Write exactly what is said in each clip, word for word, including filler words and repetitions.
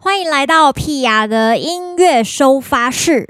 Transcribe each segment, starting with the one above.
欢迎来到屁雅的音乐收发室。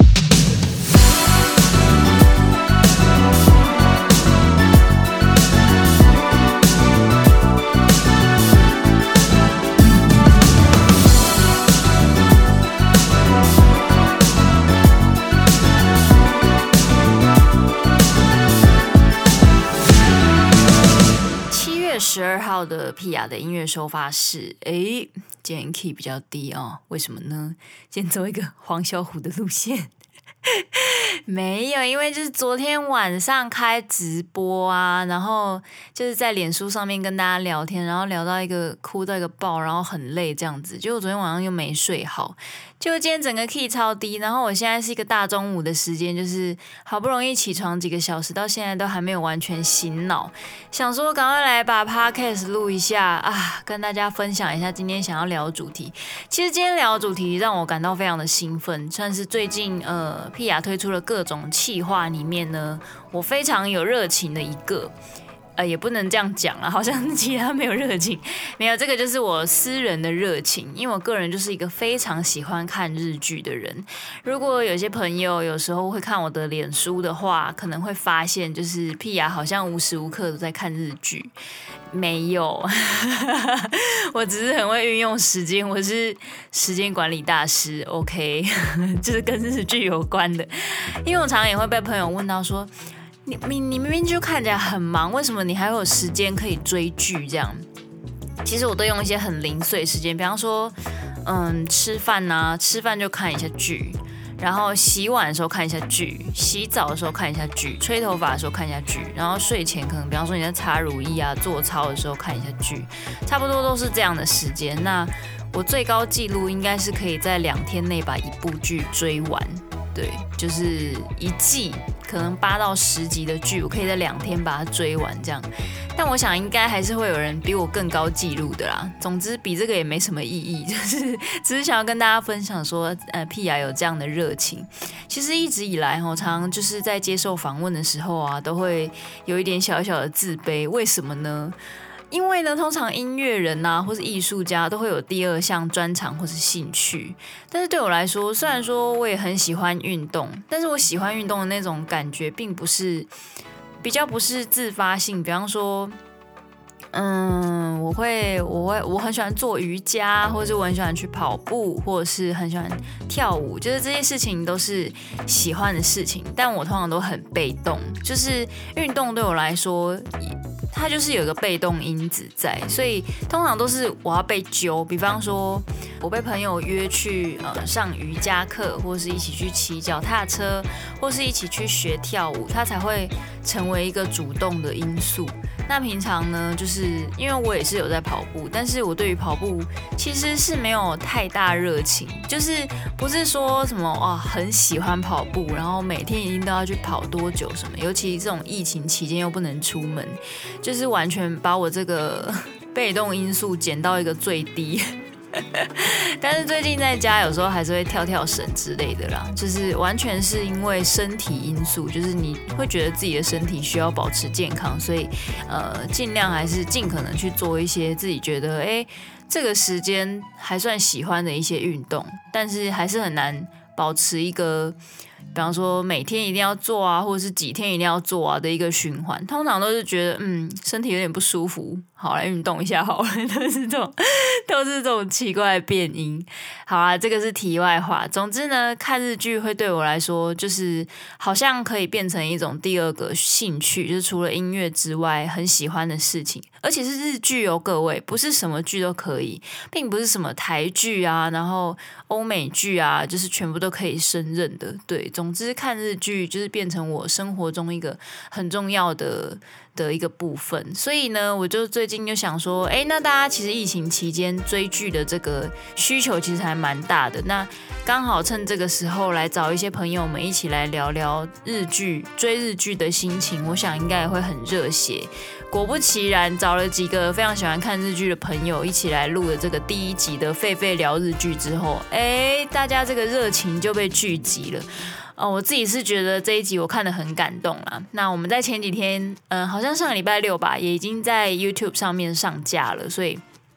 十二号的屁雅的音乐收发室，诶，今天 key 比较低哦，为什么呢？今天走一个黄小琥的路线。没有，因为就是昨天晚上开直播啊，然后就是在脸书上面跟大家聊天，然后聊到一个哭到一个爆，然后很累这样子，结果昨天晚上又没睡好，结果今天整个 key 超低，然后我现在是一个大中午的时间，就是好不容易起床几个小时，到现在都还没有完全醒脑，想说赶快来把 podcast 录一下啊，跟大家分享一下今天想要聊的主题。其实今天聊的主题让我感到非常的兴奋，算是最近呃屁雅推出了各种企划里面呢，我非常有热情的一个。呃，也不能这样讲啦，好像其他没有热情，没有，这个就是我私人的热情，因为我个人就是一个非常喜欢看日剧的人。如果有些朋友有时候会看我的脸书的话，可能会发现就是屁雅好像无时无刻都在看日剧，没有，我只是很会运用时间，我是时间管理大师 ，OK， 就是跟日剧有关的，因为我常常也会被朋友问到说。你你你明明就看起来很忙，为什么你还会有时间可以追剧？这样，其实我都用一些很零碎时间，比方说，嗯，吃饭啊，吃饭就看一下剧，然后洗碗的时候看一下剧，洗澡的时候看一下剧，吹头发的时候看一下剧，然后睡前可能，比方说你在擦乳液啊、做操的时候看一下剧，差不多都是这样的时间。那我最高纪录应该是可以在两天内把一部剧追完。对，就是一季可能八到十集的剧，我可以在两天把它追完这样。但我想应该还是会有人比我更高纪录的啦。总之比这个也没什么意义，就是只是想要跟大家分享说，呃，屁雅有这样的热情。其实一直以来，我常常就是在接受访问的时候啊，都会有一点小小的自卑。为什么呢？因为呢，通常音乐人啊，或是艺术家都会有第二项专长或是兴趣。但是对我来说，虽然说我也很喜欢运动，但是我喜欢运动的那种感觉，并不是比较不是自发性。比方说，嗯，我会我会我很喜欢做瑜伽，或者我很喜欢去跑步，或者是很喜欢跳舞，就是这些事情都是喜欢的事情。但我通常都很被动，就是运动对我来说。它就是有一个被动因子在，所以通常都是我要被揪。比方说，我被朋友约去呃上瑜伽课，或是一起去骑脚踏车，或是一起去学跳舞，它才会成为一个主动的因素。那平常呢，就是因为我也是有在跑步，但是我对于跑步其实是没有太大热情，就是不是说什么哇很喜欢跑步，然后每天一定都要去跑多久什么，尤其这种疫情期间又不能出门，就是完全把我这个被动因素减到一个最低。但是最近在家有时候还是会跳跳绳之类的啦，就是完全是因为身体因素，就是你会觉得自己的身体需要保持健康，所以呃尽量还是尽可能去做一些自己觉得哎这个时间还算喜欢的一些运动，但是还是很难保持一个。比方说每天一定要做啊，或者是几天一定要做啊的一个循环，通常都是觉得嗯身体有点不舒服，好来运动一下好了，都是这种都是这种奇怪的变因。好啦，这个是题外话。总之呢，看日剧会对我来说，就是好像可以变成一种第二个兴趣，就是除了音乐之外很喜欢的事情，而且是日剧哦，各位，不是什么剧都可以，并不是什么台剧啊，然后欧美剧啊，就是全部都可以胜任的，对。总之，看日剧就是变成我生活中一个很重要的的一个部分。所以呢，我就最近就想说，哎，那大家其实疫情期间追剧的这个需求其实还蛮大的。那刚好趁这个时候来找一些朋友们一起来聊聊日剧、追日剧的心情，我想应该也会很热血。果不其然，找了几个非常喜欢看日剧的朋友一起来录了这个第一集的狒狒聊日剧之后，哎，大家这个热情就被聚集了。哦，我自己是觉得这一集我看得很感动啦。那我们在前几天，嗯、呃，好像上个礼拜六吧，也已经在 YouTube 上面上架了，所以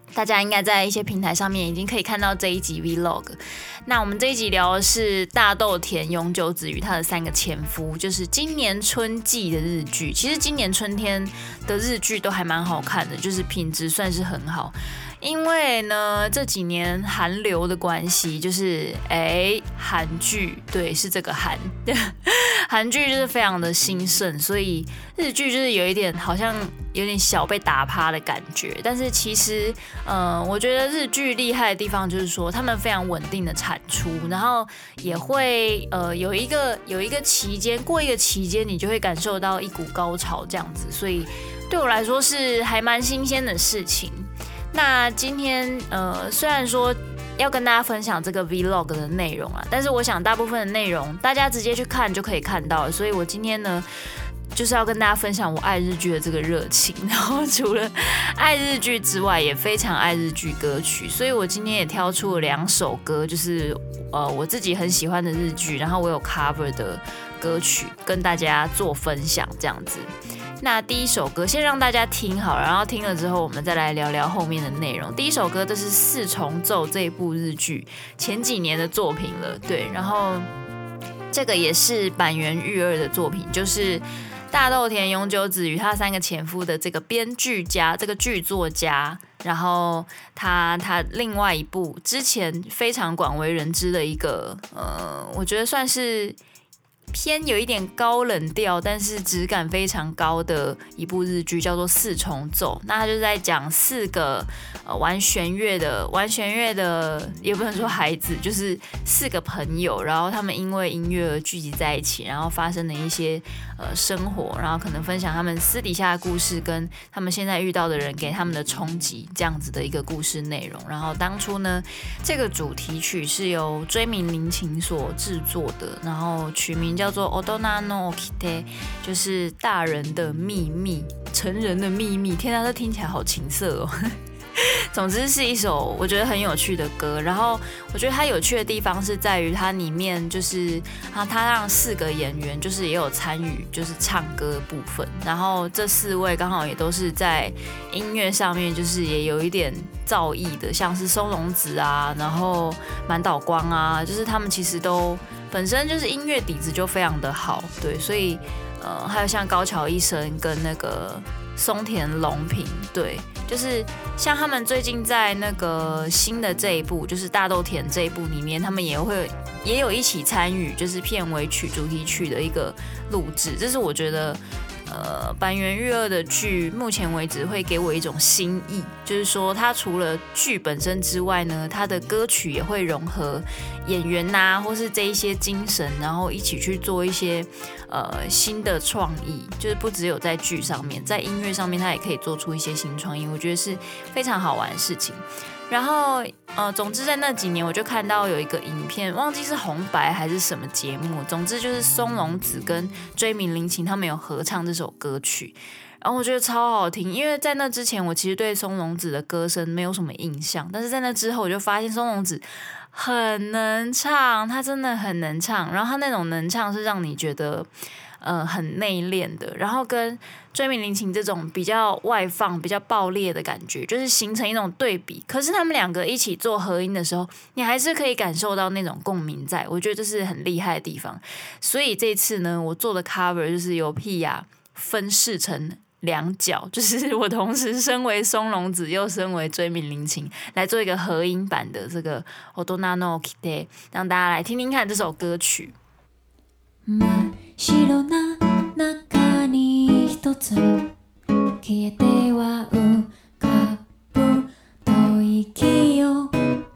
大家应该在一些平台上面已经可以看到这一集 Vlog。那我们这一集聊的是大豆田永久子与她的三个前夫，就是今年春季的日剧。其实今年春天的日剧都还蛮好看的，就是品质算是很好。因为呢，这几年韩流的关系，就是哎，韩剧，对，是这个韩，韩剧就是非常的兴盛，所以日剧就是有一点好像有点小被打趴的感觉。但是其实，呃，我觉得日剧厉害的地方就是说，他们非常稳定的产出，然后也会呃有一个有一个期间，过一个期间，你就会感受到一股高潮这样子，所以对我来说是还蛮新鲜的事情。那今天呃，虽然说要跟大家分享这个 Vlog 的内容啊，但是我想大部分的内容大家直接去看就可以看到了，所以我今天呢就是要跟大家分享我爱日剧的这个热情，然后除了爱日剧之外，也非常爱日剧歌曲，所以我今天也挑出了两首歌，就是呃我自己很喜欢的日剧，然后我有 cover 的歌曲跟大家做分享这样子。那第一首歌先让大家听好了，然后听了之后我们再来聊聊后面的内容。第一首歌这是四重奏这一部日剧前几年的作品了，对，然后这个也是坂元裕二的作品，就是大豆田永久子与他三个前夫的这个编剧家，这个剧作家，然后他他另外一部之前非常广为人知的一个呃，我觉得算是偏有一点高冷调，但是质感非常高的一部日剧，叫做《四重奏》。那他就在讲四个呃玩弦乐的玩弦乐的，也不能说孩子，就是四个朋友，然后他们因为音乐而聚集在一起，然后发生的一些呃生活，然后可能分享他们私底下的故事，跟他们现在遇到的人给他们的冲击，这样子的一个故事内容。然后当初呢，这个主题曲是由追名林檎所制作的，然后曲名叫做大人の掟，就是大人的秘密，成人的秘密。天啊，这听起来好情色哦。总之是一首我觉得很有趣的歌，然后我觉得它有趣的地方是在于它里面就是它它让四个演员就是也有参与就是唱歌的部分，然后这四位刚好也都是在音乐上面就是也有一点造诣的，像是松隆子啊，然后满岛光啊，就是他们其实都本身就是音乐底子就非常的好，对，所以呃还有像高桥一生跟那个松田龙平，对，就是像他们最近在那个新的这一部，就是大豆田这一部里面，他们也会也有一起参与，就是片尾曲、主题曲的一个录制。这是我觉得，呃，坂元裕二的剧目前为止会给我一种新意，就是说，他除了剧本身之外呢，他的歌曲也会融合演员呐、啊，或是这一些精神，然后一起去做一些呃新的创意，就是不只有在剧上面，在音乐上面，他也可以做出一些新创意，我觉得是非常好玩的事情。然后呃，总之在那几年我就看到有一个影片，忘记是红白还是什么节目，总之就是松隆子跟追名林檎他们有合唱这首歌曲，然后我觉得超好听，因为在那之前我其实对松隆子的歌声没有什么印象，但是在那之后我就发现松隆子很能唱，他真的很能唱，然后他那种能唱是让你觉得呃很内敛的，然后跟追名林檎这种比较外放、比较爆裂的感觉，就是形成一种对比。可是他们两个一起做合音的时候，你还是可以感受到那种共鸣在，我觉得这是很厉害的地方。所以这次呢，我做的 cover 就是由屁雅分饰成两角，就是我同时身为松隆子又身为追名林檎，来做一个合音版的这个大人の掟，让大家来听听看这首歌曲。 真っ白な中に一つ消えては浮かぶ吐息よ、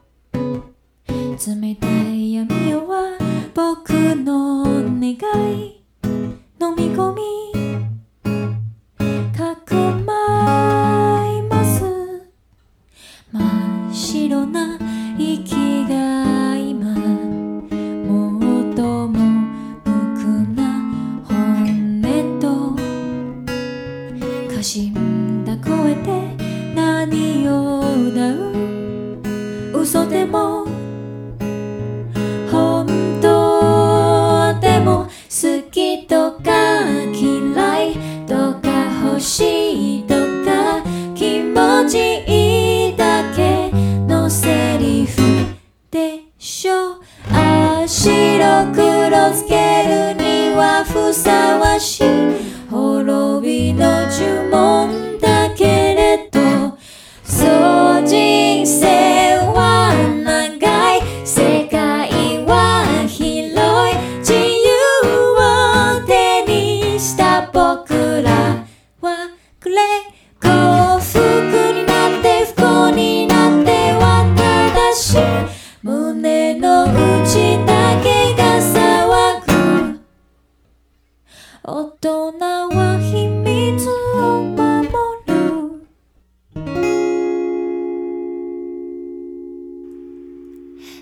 冷たい闇夜は僕の願い飲み込みかくまいます。真っ白な息が今最もかしんだ声で何を歌う、嘘でも本当でも好きとか嫌いとか欲しいとか気持ちいいだ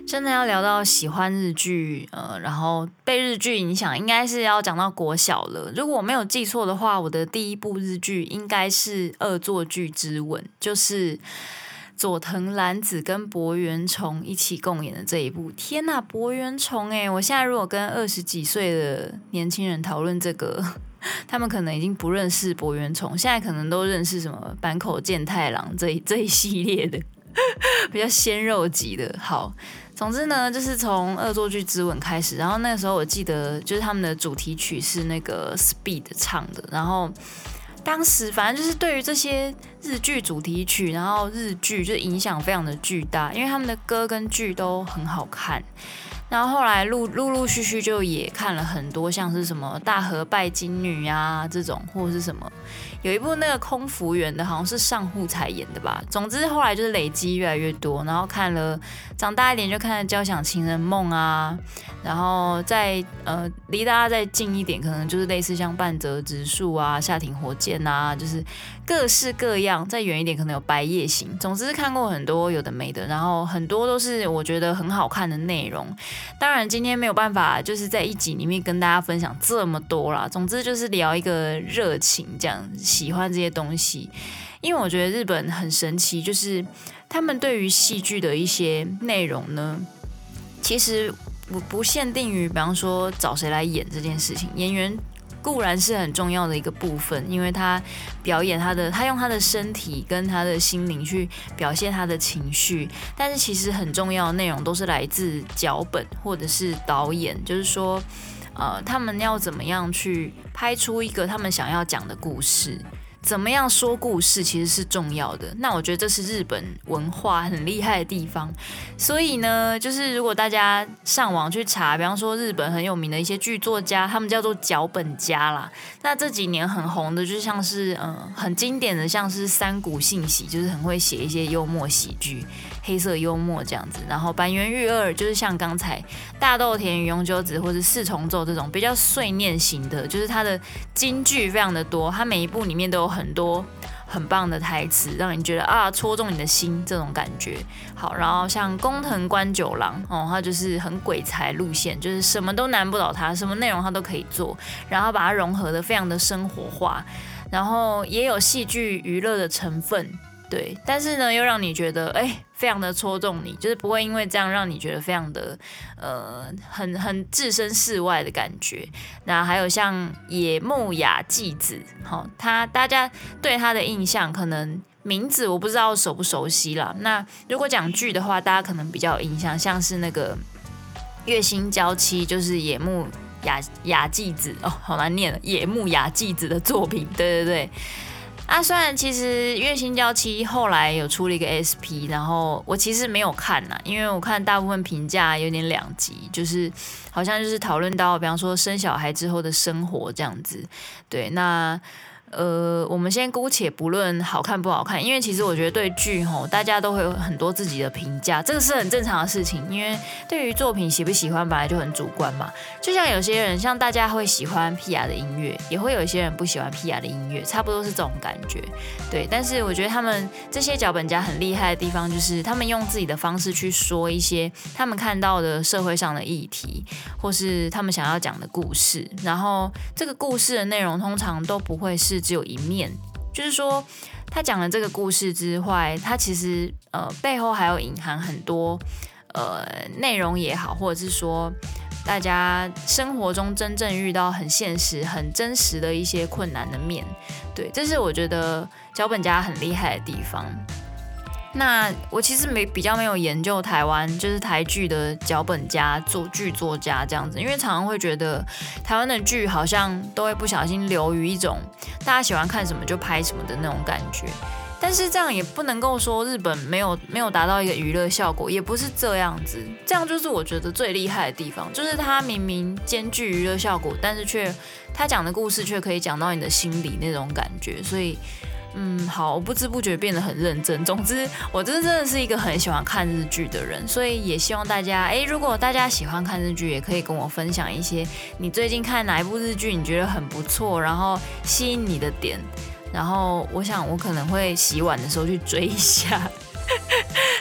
真的要聊到喜欢日剧，呃，然后被日剧影响，应该是要讲到国小了。如果我没有记错的话，我的第一部日剧应该是《恶作剧之吻》，就是佐藤蓝子跟柏原崇一起共演的这一部。天哪，柏原崇哎！我现在如果跟二十几岁的年轻人讨论这个，他们可能已经不认识柏原崇，现在可能都认识什么坂口健太郎这一这一系列的比较鲜肉级的。好。总之呢，就是从《恶作剧之吻》开始，然后那个时候我记得，就是他们的主题曲是那个 Speed 唱的，然后当时反正就是对于这些日剧主题曲，然后日剧就影响非常的巨大，因为他们的歌跟剧都很好看。然后后来陆陆陆续续就也看了很多，像是什么大和拜金女啊这种，或者是什么有一部那个空服员的，好像是上户彩演的吧。总之后来就是累积越来越多，然后看了长大一点就看了《交响情人梦》啊，然后再呃离大家再近一点，可能就是类似像半泽直树啊、夏町火箭啊，就是各式各样。再远一点可能有白夜行。总之是看过很多有的没的，然后很多都是我觉得很好看的内容。当然今天没有办法就是在一集里面跟大家分享这么多啦，总之就是聊一个热情，这样喜欢这些东西。因为我觉得日本很神奇，就是他们对于戏剧的一些内容呢，其实不不限定于比方说找谁来演这件事情，演员固然是很重要的一个部分，因为他表演他的，他用他的身体跟他的心灵去表现他的情绪，但是其实很重要的内容都是来自脚本或者是导演，就是说，呃，他们要怎么样去拍出一个他们想要讲的故事。怎么样说故事其实是重要的，那我觉得这是日本文化很厉害的地方。所以呢，就是如果大家上网去查，比方说日本很有名的一些剧作家，他们叫做脚本家啦。那这几年很红的，就像是呃很经典的，像是三谷幸喜，就是很会写一些幽默喜剧、黑色幽默这样子。然后板垣裕二就是像刚才大豆田与永久子或者四重奏这种比较碎念型的，就是他的金句非常的多，他每一部里面都有很多很棒的台词，让你觉得啊戳中你的心这种感觉。好，然后像宫藤官九郎哦，他就是很鬼才路线，就是什么都难不倒他，什么内容他都可以做，然后把它融合的非常的生活化，然后也有戏剧娱乐的成分。对，但是呢，又让你觉得哎，非常的戳中你，就是不会因为这样让你觉得非常的呃，很很置身事外的感觉。那还有像野木雅纪子，好、哦，他大家对他的印象可能名字我不知道熟不熟悉啦。那如果讲剧的话，大家可能比较有印象，像是那个月薪娇妻，就是野木雅雅纪子哦，好难念了，野木雅纪子的作品，对对对。啊，虽然其实月薪娇妻后来有出了一个 S P， 然后我其实没有看呐，因为我看大部分评价有点两极，就是好像就是讨论到，比方说生小孩之后的生活这样子。对，那呃，我们先姑且不论好看不好看，因为其实我觉得对剧吼，大家都会有很多自己的评价，这个是很正常的事情。因为对于作品喜不喜欢本来就很主观嘛。就像有些人，像大家会喜欢 Pia 的音乐，也会有一些人不喜欢 Pia 的音乐，差不多是这种感觉。对，但是我觉得他们这些脚本家很厉害的地方，就是他们用自己的方式去说一些他们看到的社会上的议题，或是他们想要讲的故事，然后这个故事的内容通常都不会是只有一面，就是说他讲了这个故事之外，他其实呃背后还有隐含很多呃内容也好，或者是说大家生活中真正遇到很现实、很真实的一些困难的面。对，这是我觉得脚本家很厉害的地方。那我其实没比较没有研究台湾就是台剧的脚本家、作剧作家这样子，因为常常会觉得台湾的剧好像都会不小心流于一种大家喜欢看什么就拍什么的那种感觉。但是这样也不能够说日本没有没有达到一个娱乐效果，也不是这样子。这样就是我觉得最厉害的地方，就是他明明兼具娱乐效果，但是却他讲的故事却可以讲到你的心里那种感觉，所以。嗯，好，我不知不觉变得很认真。总之，我真的真的是一个很喜欢看日剧的人，所以也希望大家，哎，如果大家喜欢看日剧，也可以跟我分享一些你最近看哪一部日剧，你觉得很不错，然后吸引你的点，然后我想我可能会洗碗的时候去追一下。